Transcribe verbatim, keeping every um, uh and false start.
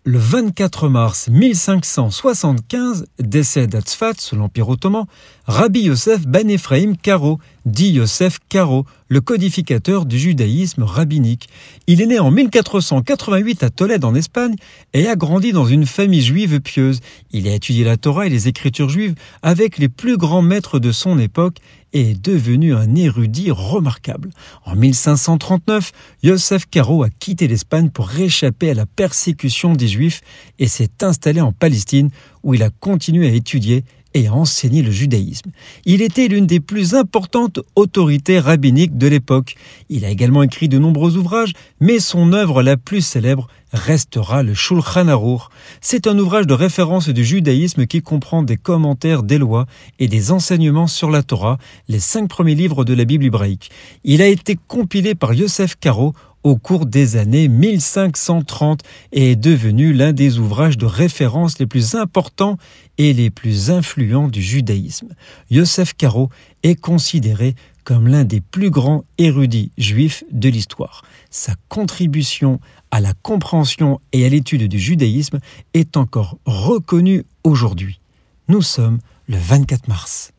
Le vingt-quatre mars mille cinq cent soixante-quinze décède à Tzfat, sous l'Empire ottoman, Rabbi Yosef ben Ephraim Karo, dit Yosef Karo, le codificateur du judaïsme rabbinique. Il est né en mille quatre cent quatre-vingt-huit à Tolède en Espagne et a grandi dans une famille juive pieuse. Il a étudié la Torah et les écritures juives avec les plus grands maîtres de son époque et est devenu un érudit remarquable. En mille cinq cent trente-neuf, Yosef Karo a quitté l'Espagne pour échapper à la persécution des Juifs et s'est installé en Palestine où il a continué à étudier et à enseigner le judaïsme. Il était l'une des plus importantes autorités rabbiniques de l'époque. Il a également écrit de nombreux ouvrages, mais son œuvre la plus célèbre restera le Shulchan Aruch. C'est un ouvrage de référence du judaïsme qui comprend des commentaires des lois et des enseignements sur la Torah, les cinq premiers livres de la Bible hébraïque. Il a été compilé par Yosef Karo au cours des années mille cinq cent trente et est devenu l'un des ouvrages de référence les plus importants et les plus influents du judaïsme. Yosef Karo est considéré comme l'un des plus grands érudits juifs de l'histoire. Sa contribution à la compréhension et à l'étude du judaïsme est encore reconnue aujourd'hui. Nous sommes le vingt-quatre mars.